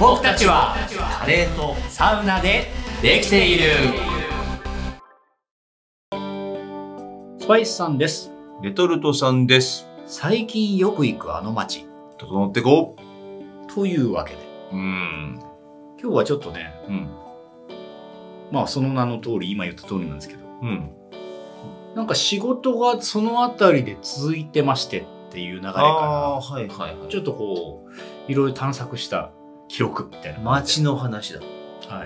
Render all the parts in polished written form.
僕たちはカレーとサウナでできている。スパイスさんです。 レトルトさんです。 最近よく行くあの街整ってこうというわけで、今日はちょっとね、まあその名の通り、今言った通りなんですけど、なんか仕事がそのあたりで続いてましてっていう流れから、ちょっとこういろいろ探索した記録みたいな街の話だ。 はい。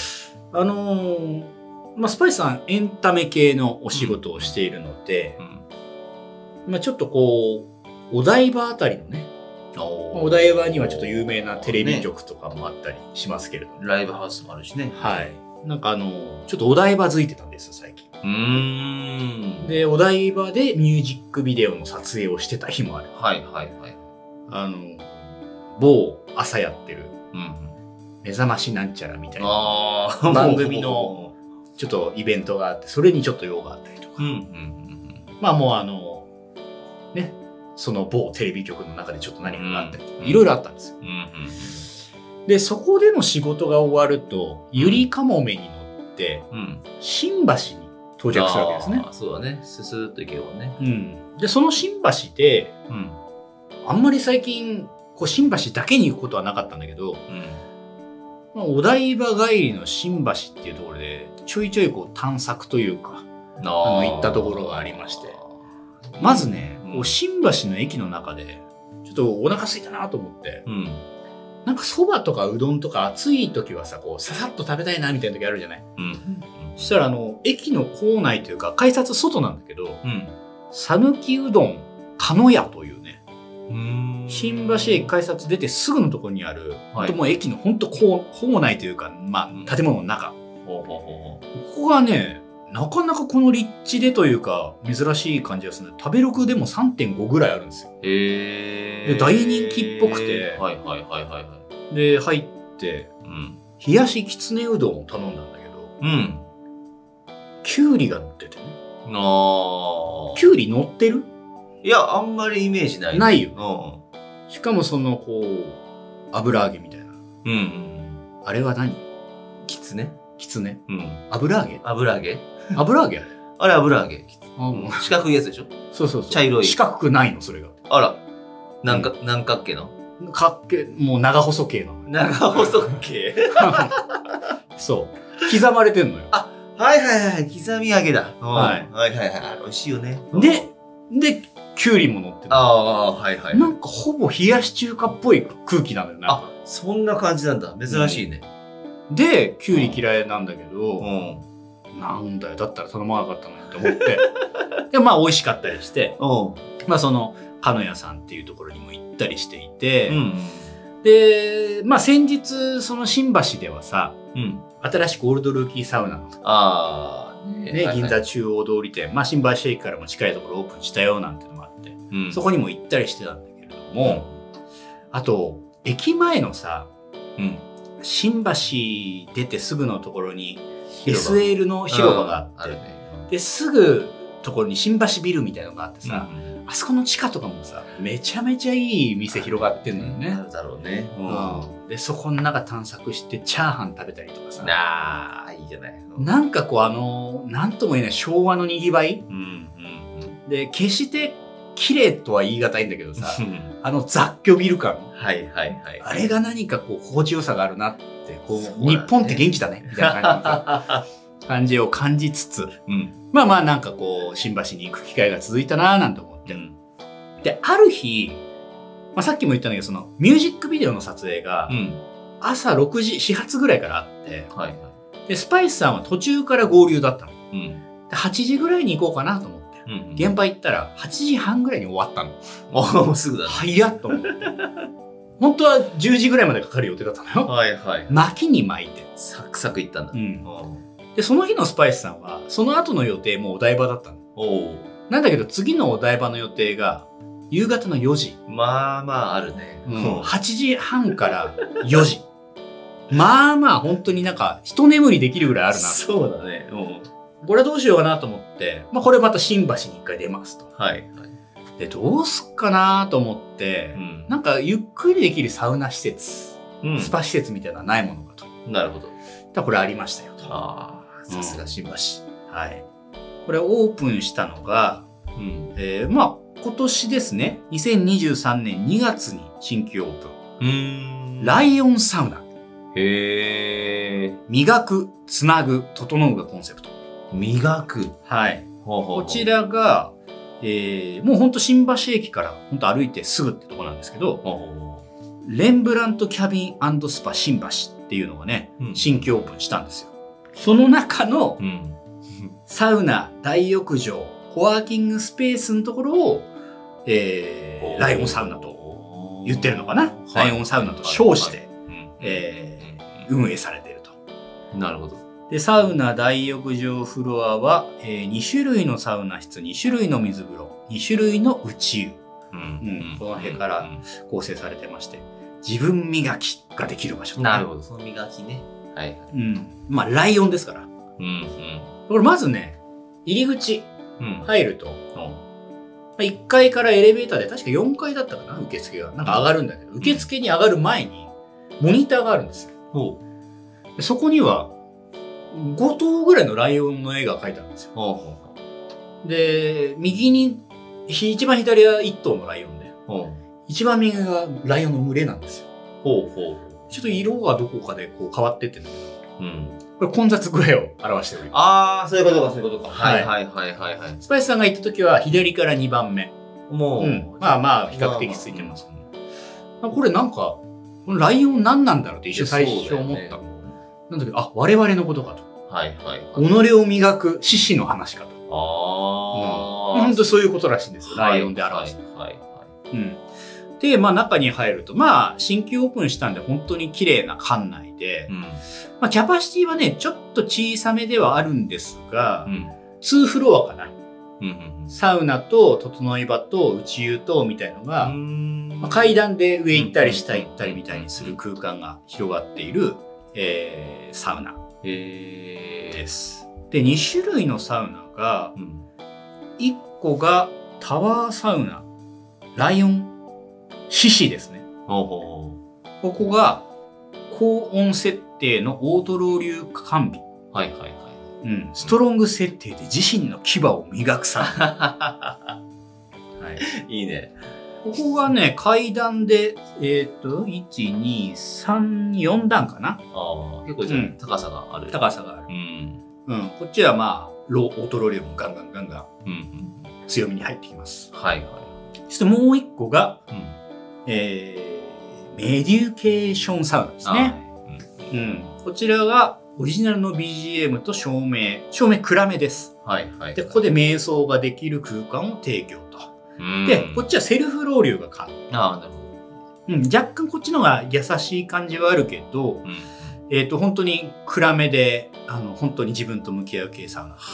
まあスパイスさんエンタメ系のお仕事をしているので、まあちょっとこうお台場あたりのね、お台場にはちょっと有名なテレビ局とかもあったりしますけれども、 ライブハウスもあるしね。 はい。なんかちょっとお台場付いてたんですよ最近。でお台場でミュージックビデオの撮影をしてた日もある。某朝やってる目覚ましなんちゃらみたいな番組のちょっとイベントがあって、それにちょっと用があったりとか、まあもうね、その某テレビ局の中でちょっと何かがあったりとかいろいろあったんですよ。でそこでの仕事が終わるとゆりかもめに乗って新橋に到着するわけですね。 そうだね。ススーっと行けばね。 でその新橋で、あんまり最近こう新橋だけに行くことはなかったんだけど、まあ、お台場帰りの新橋っていうところでちょいちょいこう探索というか行ったところがありまして、まずね、こう新橋の駅の中でちょっとお腹空いたなと思って、なんかそばとかうどんとか暑い時はさ、こうささっと食べたいなみたいな時あるじゃない。そしたら駅の構内というか改札外なんだけど、讃岐うどん鹿屋というね、新橋駅改札出てすぐのところにある、もう駅の本当構内というか、まあ建物の中、ここがねなかなかこの立地でというか珍しい感じがする。食べログでも 3.5 ぐらいあるんですよ。で大人気っぽくて、で入って、冷やしきつねうどんを頼んだんだけど、きゅうりが乗っててね。きゅうり乗ってる？ いや、あんまりイメージない。 ないよ。しかもそのこう油揚げみたいな。あれは何？ きつね。 油揚げ？ 油揚げあれ油揚げ。四角いやつでしょ？ そう。 茶色い。 四角くないのそれが。 あら。何角形の？ もう長細系の。 長細系そう。刻まれてんのよ。 刻み揚げだ。美味しいよね。 で、きゅうりも乗ってる。なんかほぼ冷やし中華っぽい空気なのよね。 そんな感じなんだ。珍しいね。 で、きゅうり嫌いなんだけど、なんだよ、だったら頼まなかったのにって思って。で、まあ美味しかったりして、まあその、鹿屋さんっていうところにも行ったりしていて、で、まあ先日、その新橋ではさ、新しくオールドルーキーサウナの、銀座中央通り店、まあ新橋駅からも近いところオープンしたよなんてのもあって、そこにも行ったりしてたんだけれども、あと、駅前のさ、新橋出てすぐのところに SL の広場があって、ですぐところに新橋ビルみたいなのがあってさ、あそこの地下とかもさ、めちゃめちゃいい店広がってんのよね。 だろうね。 で、そこの中探索してチャーハン食べたりとかさ。 いいじゃない。 なんかこうなんとも言えない昭和のにぎわい。で、決して綺麗とは言い難いんだけどさ、雑居ビル感。あれが何かこう心地よさがあるなって、こう、日本って元気だね、みたいな感じを感じつつ、まあなんかこう、新橋に行く機会が続いたなぁなんて思って。で、ある日、まあさっきも言ったんだけど、そのミュージックビデオの撮影が、朝6時、始発ぐらいからあって、で、スパイスさんは途中から合流だったの。で8時ぐらいに行こうかなと思って。現場行ったら8時半ぐらいに終わったの。 もうすぐだね。 早っと思って。本当は10時ぐらいまでかかる予定だったのよ。巻きに巻いて。 サクサク行ったんだ。 で、その日のスパイスさんは、その後の予定もお台場だったの。なんだけど次のお台場の予定が夕方の4時。 まああるね。 8時半から4時。まあ本当になんか一眠りできるぐらいあるな。 そうだね。 これはどうしようかなと思って、まあこれまた新橋に一回出ますと。で、どうすっかなと思って、なんかゆっくりできるサウナ施設スパ施設みたいなのはないものかと。 なるほど。 だこれありましたよと。 ああ、さすが新橋。 はい。これオープンしたのが、まあ、今年ですね、2023年2月に新規オープン。ライオンサウナ。 へー。 磨く、つなぐ、整うがコンセプト。 磨く。 はい。こちらが、もうほんと新橋駅からほんと歩いてすぐってとこなんですけど、レンブラントキャビン&スパ新橋っていうのがね、新規オープンしたんですよ。その中の、サウナ、大浴場、コワーキングスペースのところを、ライオンサウナと言ってるのかな、ライオンサウナと称して、運営されていると。 なるほど。 で、サウナ、大浴場フロアは、2種類のサウナ室、2種類の水風呂、2種類の内湯。この辺から構成されてまして、自分磨きができる場所。 なるほど。その磨きね。はい。 まあ、ライオンですから。これまずね、入り口入ると、1階からエレベーターで確か4階だったかな、受付が。なんか上がるんだけど、受付に上がる前にモニターがあるんですよ。そこには5頭ぐらいのライオンの絵が描いてあるんですよ。で、右に、一番左は1頭のライオンで、一番右がライオンの群れなんですよ。ちょっと色がどこかでこう変わってってんだけど、これ混雑具合を表しております。 ああ、そういうことか、そういうことか。はいはいはいはい。 スパイスさんが行った時は左から2番目。 もう、 まあまあ比較的ついてます。これなんか、このライオン何なんだろうって一瞬最初思ったの。なんだけど、あ、我々のことかと。己を磨く獅子の話かと。本当そういうことらしいんですよ。ライオンで表して。で、まあ中に入ると、まあ新規オープンしたんで本当に綺麗な館内で、まあキャパシティはね、ちょっと小さめではあるんですが、2フロアかな。サウナと整い場と内湯とみたいのが、まあ、階段で上行ったり下行ったりみたいにする空間が広がっている、サウナです。で、2種類のサウナが、1個がタワーサウナ、ライオン獅子ですね。ここが高温設定のオートロウリュ完備。ストロング設定で自身の牙を磨くサウナ。 いいね。 ここがね、階段で、1、2、3、4段かな。 結構じゃあ、高さがある。 高さがある。こっちはまあ、オートロウリュもガンガンガンガン強みに入ってきます。そしてもう一個が、メデュケーションサウナですね。こちらがオリジナルの BGM と照明暗めです。で、ここで瞑想ができる空間を提供と。で、こっちはセルフロウリュが可能。若干こっちの方が優しい感じはあるけど、本当に暗めで、本当に自分と向き合う系サウナ。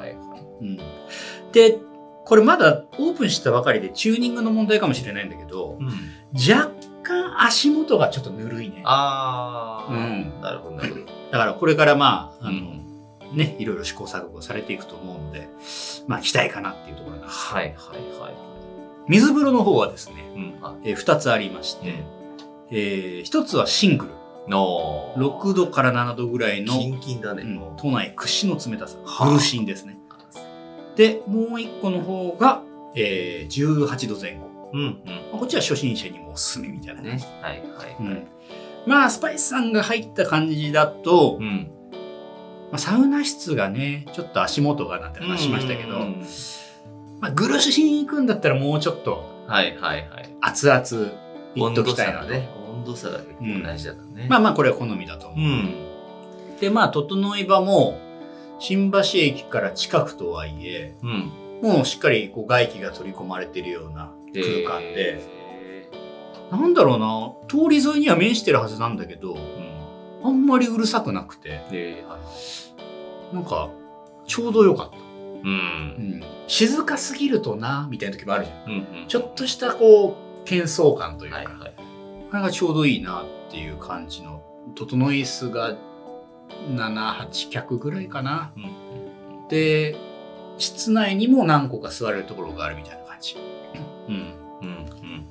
で、これまだオープンしたばかりでチューニングの問題かもしれないんだけど、若干足元がちょっとぬるいね。 なるほど、なるほど。 だからこれからまあ、ね、いろいろ試行錯誤されていくと思うので、まあ期待かなっていうところなんです。水風呂の方はですね、2つありまして、1つはシングル。6度から7度ぐらいの、 キンキンだね。 都内屈指の冷たさ。ブルシンですね。で、もう1個の方が、18度前後。こっちは初心者にもおすすめみたいなね。まあ、スパイスさんが入った感じだと、サウナ室がね、ちょっと足元がなんて話しましたけど、グルシン行くんだったらもうちょっと、熱々行っときたいなね。 温度差が結構大事だからね。 まあまあ、これは好みだと思う。で、まあ、整い場も、新橋駅から近くとはいえ、もうしっかりこう外気が取り込まれているような空間で、なんだろうな、通り沿いには面してるはずなんだけど、あんまりうるさくなくて、なんか、ちょうどよかった。静かすぎるとな、みたいな時もあるじゃん。ちょっとしたこう、喧騒感というか、これがちょうどいいなっていう感じの、整い椅子が7、8脚ぐらいかな。で、室内にも何個か座れるところがあるみたいな感じ。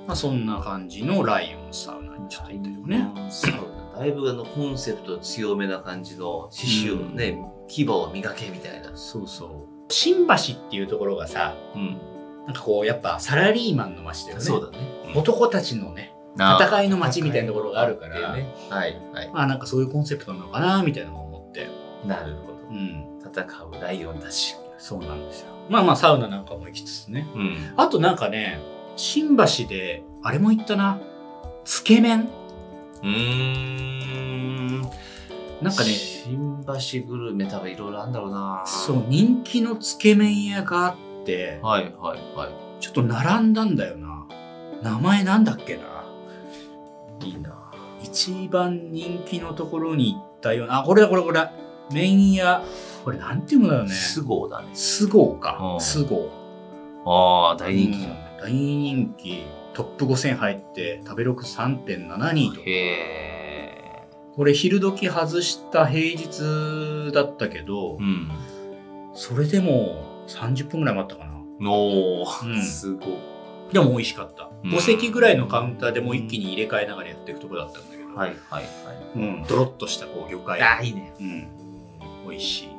まあ、そんな感じのライオンサウナにちょっと行ったよね。 サウナ。だいぶコンセプト強めな感じの刺繍をね、牙を磨けみたいな。 そうそう。新橋っていうところがさ、なんかこう、やっぱサラリーマンの街だよね。 そうだね。 男たちのね、戦いの街みたいなところがあるから、 はいはい。 まあなんかそういうコンセプトなのかな、みたいなのを思って。 なるほど。戦うライオンたち。 そうなんですよ。まあまあサウナなんかも行きつつね。あとなんかね、新橋で、あれも行ったな。つけ麺。なんかね、 新橋グルメ多分いろいろあるんだろうな。 そう、人気のつけ麺屋があって、ちょっと並んだんだよな。名前なんだっけな。 いいな。 一番人気のところに行ったような。あ、これだ。麺屋。これなんていうのだよね。 スゴーだね。 スゴーか。スゴー。ああ、大人気。 大人気。トップ5000入って、食べログ 3.72 と。 へー。これ昼時外した平日だったけど、それでも30分ぐらい待ったかな。 すごい。 でも美味しかった。5席ぐらいのカウンターでもう一気に入れ替えながらやっていくところだったんだけど。ドロッとしたこう魚介。 あ、いいね。 美味しい。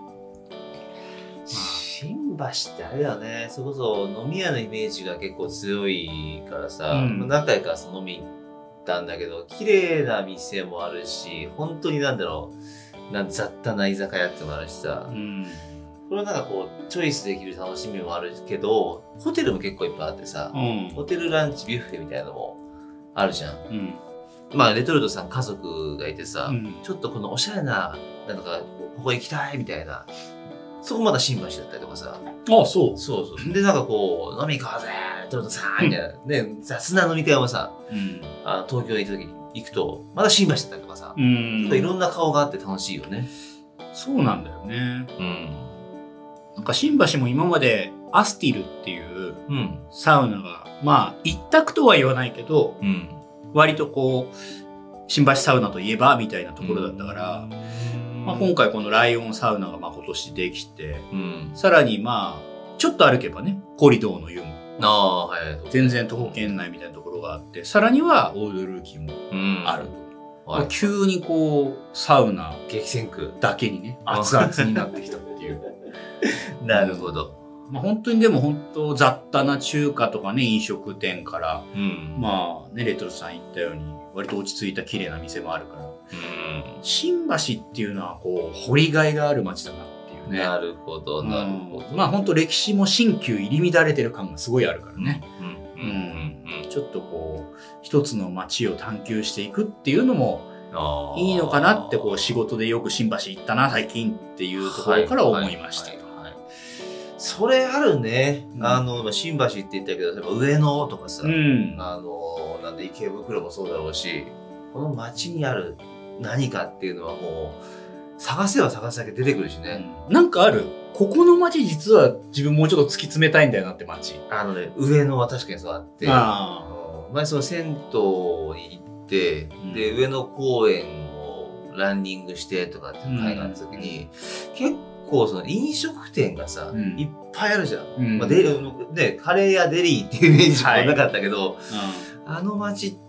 新橋ってあれだよね。それこそ飲み屋のイメージが結構強いからさ、何回か飲み行ったんだけど、綺麗な店もあるし、本当になんだろう、雑多な居酒屋ってのもあるしさ、これなんかこう、チョイスできる楽しみもあるけど、ホテルも結構いっぱいあってさ、ホテルランチビュッフェみたいなのもあるじゃん。まあ、レトルトさん家族がいてさ、ちょっとこのおしゃれな、なんか、ここ行きたいみたいな、そこまだ新橋だったりとかさ。 あ、そう。 で、なんかこう、飲み行こうぜレトルトさんみたいな。ね、雑な飲み会もさ、東京に行った時に行くと、まだ新橋だったりとかさ、いろんな顔があって楽しいよね。 そうなんだよね。なんか新橋も今までアスティルっていうサウナが、まあ一択とは言わないけど、割とこう、新橋サウナといえばみたいなところだったから、まあ、今回このライオンサウナがまあ今年できて、さらにまあ、ちょっと歩けばね、コリドーの湯も、全然徒歩圏内みたいなところがあって、さらにはオールルーキーもあると。急にこう、サウナ激戦区だけにね、熱々になってきたっていう。 なるほど。 まあ本当にでも本当雑多な中華とかね、飲食店から、まあね、レトルトさん言ったように、割と落ち着いた綺麗な店もあるから、新橋っていうのはこう、掘りがいがある街だなっていうね。 なるほど、なるほど。 まあ本当歴史も新旧入り乱れてる感がすごいあるからね。ちょっとこう、一つの街を探求していくっていうのも、いいのかなって、こう仕事でよく新橋行ったな、最近っていうところから思いました。 それあるね。新橋って言ったけど、例えば上野とかさ、なんで池袋もそうだろうし、この街にある何かっていうのはもう、探せば探すだけ出てくるしね。 なんかある。ここの街実は自分もうちょっと突き詰めたいんだよなって街。 上野は確かにそうあって、前その銭湯に行って、で、上野公園をランニングしてとかっていう会があった時に、結構その飲食店がさ、いっぱいあるじゃん。まあね、カレーやデリーっていうイメージもなかったけど、あの街って、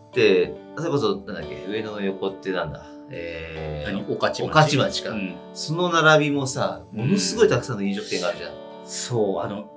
それこそ、なんだっけ、上野の横ってなんだ御徒町か。その並びもさ、ものすごいたくさんの飲食店があるじゃん。 そう、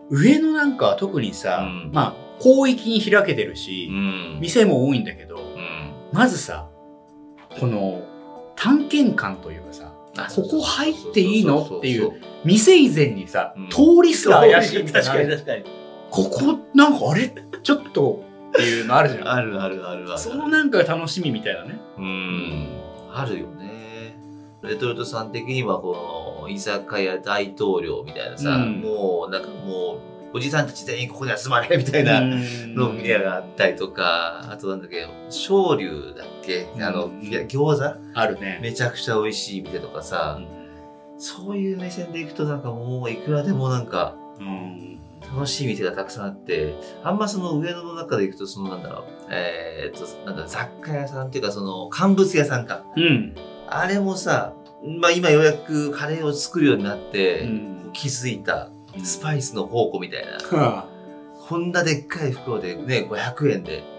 上野なんかは特にさ、まあ、広域に開けてるし、店も多いんだけど、まずさ、この、探検感というかさ、ここ入っていいのっていう、店以前にさ、通りすら怪しいみたいな。 確かに。 ここ、なんかあれちょっとっていうのあるじゃん。 ある。 そのなんか楽しみみたいなね。 あるよね。レトルトさん的にはこの居酒屋大統領みたいなさ、もうなんかもうおじさんたち全員ここに集まれみたいな飲み屋があったりとか、あとなんだっけ、昇龍だっけ、餃子あるね。 めちゃくちゃ美味しい店とかさ、そういう目線で行くとなんかもういくらでもなんか、楽しい店がたくさんあって、あんまその上野の中で行くと、そのなんだろう、なんだ雑貨屋さんっていうかその乾物屋さんか。あれもさ、まあ今ようやくカレーを作るようになって、気づいたスパイスの宝庫みたいな。こんなでっかい袋でね、500円で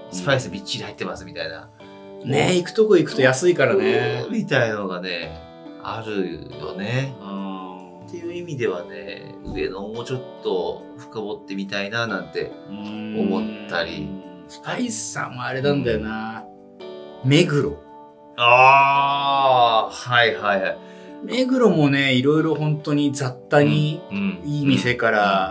スパイスびっちり入ってますみたいな。 ね、行くとこ行くと安いからね。 みたいのがね、あるよね。っていう意味ではね、上野もうちょっと深掘ってみたいななんて思ったり。 スパイスさんはあれなんだよな。目黒。 ああ、はいはいはい。 目黒もね、いろいろ本当に雑多にいい店から、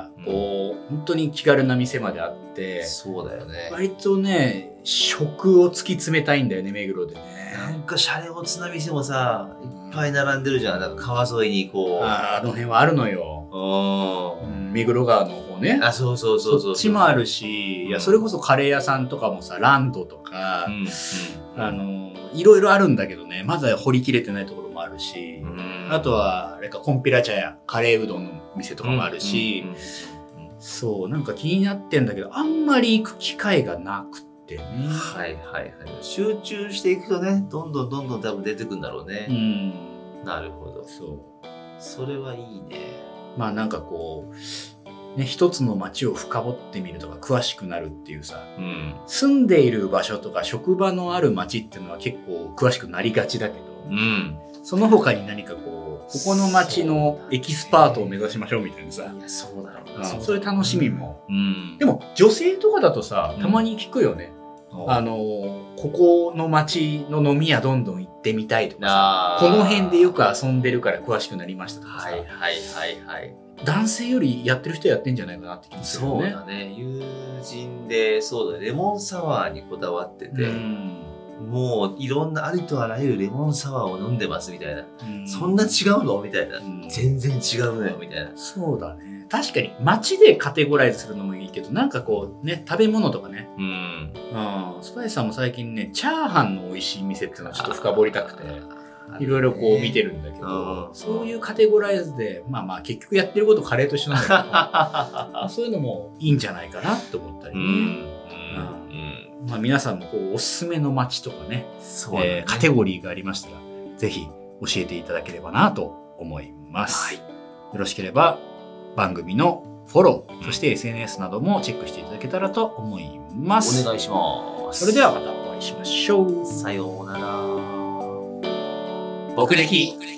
こう、本当に気軽な店まであって、 そうだよね。 割とね、食を突き詰めたいんだよね、目黒でね。 なんかシャレオツな店もさ、いっぱい並んでるじゃん。なんか川沿いにこう。 あの辺はあるのよ。目黒川の方ね。 あ、そうそうそうそう。 そっちもあるし、いや、それこそカレー屋さんとかもさ、ランドとか、いろいろあるんだけどね、まだ掘り切れてないところもあるし、あとは、あれか、コンピラ茶屋、カレーうどんの店とかもあるし、そう、なんか気になってんだけど、あんまり行く機会がなくてね。 はいはいはい。集中していくとね、どんどん多分出てくんだろうね。なるほど。そう。それはいいね。 まあなんかこう、ね、一つの街を深掘ってみるとか詳しくなるっていうさ、住んでいる場所とか職場のある街っていうのは結構詳しくなりがちだけど、その他に何かこう、ここの街のエキスパートを目指しましょうみたいなさ。 いや、そうだろうな。 そういう楽しみも。でも女性とかだとさ、たまに聞くよね。ここの街の飲み屋どんどん行ってみたいとかさ、この辺でよく遊んでるから詳しくなりましたとかさ。はいはいはいはい。男性よりやってる人はやってんじゃないかなって気がするよね。 そうだね。友人で、そうだね。レモンサワーにこだわってて、もういろんなありとあらゆるレモンサワーを飲んでますみたいな。そんな違うのみたいな。全然違うのよみたいな。 そうだね。確かに街でカテゴライズするのもいいけど、なんかこうね、食べ物とかね。スパイスさんも最近ね、チャーハンの美味しい店っていうのをちょっと深掘りたくて、いろいろこう見てるんだけど、そういうカテゴライズで、まあまあ結局やってることカレーと一緒なんだけど、そういうのもいいんじゃないかなって思ったりね。まあ皆さんもこうおすすめの街とかね、カテゴリーがありましたら、ぜひ教えていただければなと思います。よろしければ番組のフォロー、そして SNS などもチェックしていただけたらと思います。 お願いします。 それではまたお会いしましょう。 さようなら。 僕歴